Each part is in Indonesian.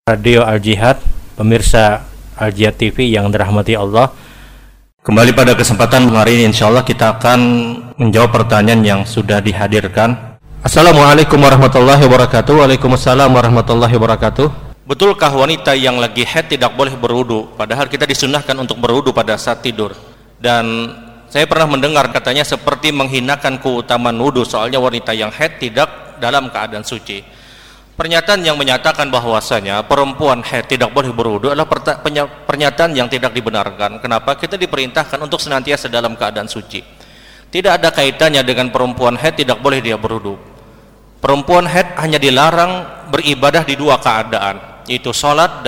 Radio Al-Jihad, pemirsa Al-Jihad TV yang dirahmati Allah. Kembali pada kesempatan hari ini insyaallah kita akan menjawab pertanyaan yang sudah dihadirkan. Assalamualaikum warahmatullahi wabarakatuh. Waalaikumsalam warahmatullahi wabarakatuh. Betulkah wanita yang lagi haid tidak boleh berwudu? Padahal kita disunahkan untuk berwudu pada saat tidur. Dan saya pernah mendengar katanya seperti menghinakan keutamaan wudu, soalnya wanita yang haid tidak dalam keadaan suci. Pernyataan yang menyatakan bahwasanya perempuan haid tidak boleh berwudu adalah pernyataan yang tidak dibenarkan. Kenapa? Kita diperintahkan untuk senantiasa dalam keadaan suci. Tidak ada kaitannya dengan perempuan haid tidak boleh dia berwudu. Perempuan haid hanya dilarang beribadah di dua keadaan, yaitu sholat,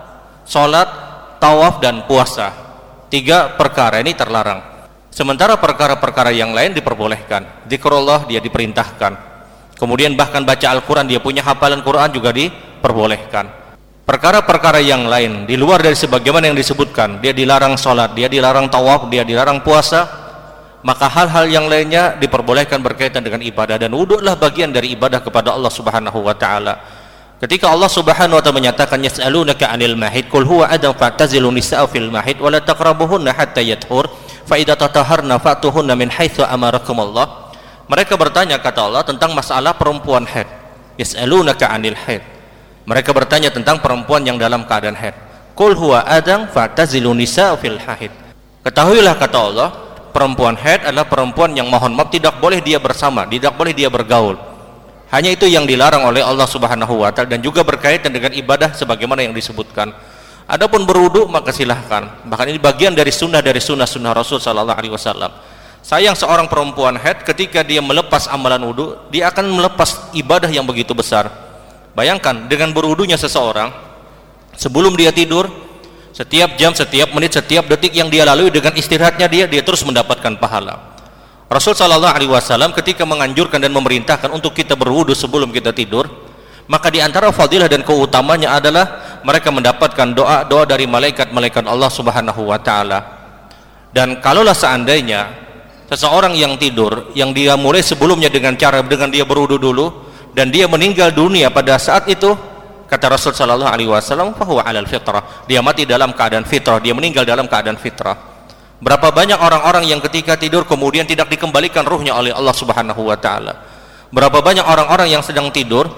tawaf dan puasa. Tiga perkara ini terlarang. Sementara perkara-perkara yang lain diperbolehkan. Zikrullah dia diperintahkan. Kemudian bahkan baca Al-Quran, dia punya hafalan Quran juga diperbolehkan. Perkara-perkara yang lain di luar dari sebagaimana yang disebutkan, dia dilarang sholat, dia dilarang tawaf, dia dilarang puasa, maka hal-hal yang lainnya diperbolehkan berkaitan dengan ibadah. Dan wudhu adalah bagian dari ibadah kepada Allah Subhanahu wa ta'ala. Ketika Allah Subhanahu wa ta'ala menyatakan yas'alunaka 'anil mahid qul huwa adam fa'tazilun nisaa fil mahid wa la taqrabuhunna hatta yathur fa idza tataharna fa'tuhunna min haitsu amarakumullah. Mereka bertanya, kata Allah, tentang masalah perempuan haid. Yas'alunaka 'anil haid. Mereka bertanya tentang perempuan yang dalam keadaan haid. Qul huwa adam fa'tazilun nisaa fil haid. Ketahuilah, kata Allah, perempuan haid adalah perempuan yang mohon maaf tidak boleh dia bersama, tidak boleh dia bergaul. Hanya itu yang dilarang oleh Allah Subhanahu wa ta'ala, dan juga berkaitan dengan ibadah sebagaimana yang disebutkan. Adapun berwudu maka silahkan. Bahkan ini bagian dari sunnah Rasul sallallahu alaihi wasallam. Sayang seorang perempuan haid ketika dia melepas amalan wudu, dia akan melepas ibadah yang begitu besar. Bayangkan dengan berwudunya seseorang, sebelum dia tidur, setiap jam, setiap menit, setiap detik yang dia lalui dengan istirahatnya dia terus mendapatkan pahala. Rasul sallallahu alaihi wasallam ketika menganjurkan dan memerintahkan untuk kita berwudu sebelum kita tidur, maka di antara fadilah dan keutamanya adalah mereka mendapatkan doa dari malaikat-malaikat Allah Subhanahu wa ta'ala. Dan kalaulah seandainya seseorang yang tidur, yang dia mulai sebelumnya dengan dia berwudu dulu, dan dia meninggal dunia pada saat itu, kata Rasul sallallahu alaihi wasallam, fahuwa 'alal fitrah. Dia mati dalam keadaan fitrah, dia meninggal dalam keadaan fitrah. Berapa banyak orang-orang yang ketika tidur kemudian tidak dikembalikan ruhnya oleh Allah Subhanahu wa ta'ala. Berapa banyak orang-orang yang sedang tidur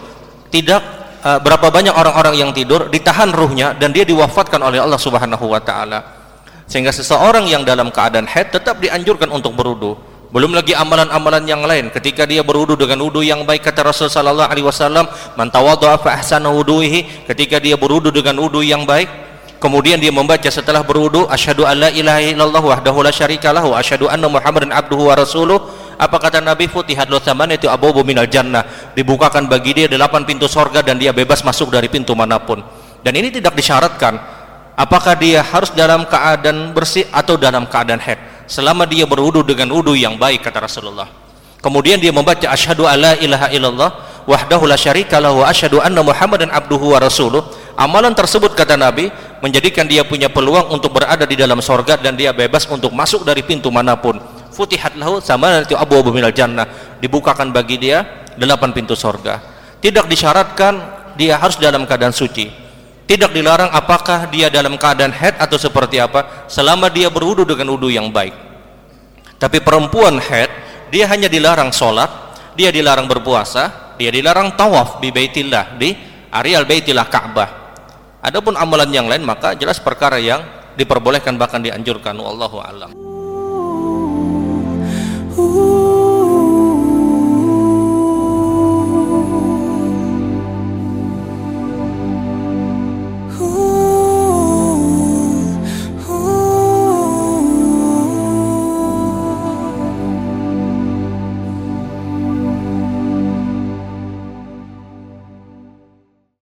berapa banyak orang-orang yang tidur ditahan ruhnya dan dia diwafatkan oleh Allah Subhanahu wa ta'ala. Sehingga seseorang yang dalam keadaan haid tetap dianjurkan untuk berwudu. Belum lagi amalan-amalan yang lain. Ketika dia berwudu dengan wudu yang baik, kata Rasul sallallahu alaihi wasallam, man tawaddaa fa ahsana wudu'ihi, ketika dia berwudu dengan wudu yang baik, kemudian dia membaca setelah berwudu, asyhadu alla ilaha illallah wahdahu la syarika lahu, asyhadu anna muhammadan abduhu wa rasuluh. Apa kata Nabi? Futihat lahu thamaniyatu abwaab minal jannah. Dibukakan bagi dia 8 pintu sorga dan dia bebas masuk dari pintu manapun. Dan ini tidak disyaratkan apakah dia harus dalam keadaan bersih atau dalam keadaan haid, selama dia berwudu dengan wudu yang baik, kata Rasulullah. Kemudian dia membaca asyhadu alla ilaha illallah wahdahu la syarika lahu, asyhadu anna muhammadan abduhu wa rasuluh. Amalan tersebut, kata Nabi, menjadikan dia punya peluang untuk berada di dalam sorga dan dia bebas untuk masuk dari pintu manapun. Futihat lahu thamaniyatu abwaab minal jannah. Dibukakan bagi dia 8 pintu sorga. Tidak disyaratkan dia harus dalam keadaan suci. Tidak dilarang apakah dia dalam keadaan haid atau seperti apa, selama dia berwudu dengan wudu yang baik. Tapi perempuan haid, dia hanya dilarang sholat, dia dilarang berpuasa, dia dilarang tawaf di Baitillah, di areal Baitillah Ka'bah. Adapun amalan yang lain maka jelas perkara yang diperbolehkan bahkan dianjurkan. Wallahu a'lam.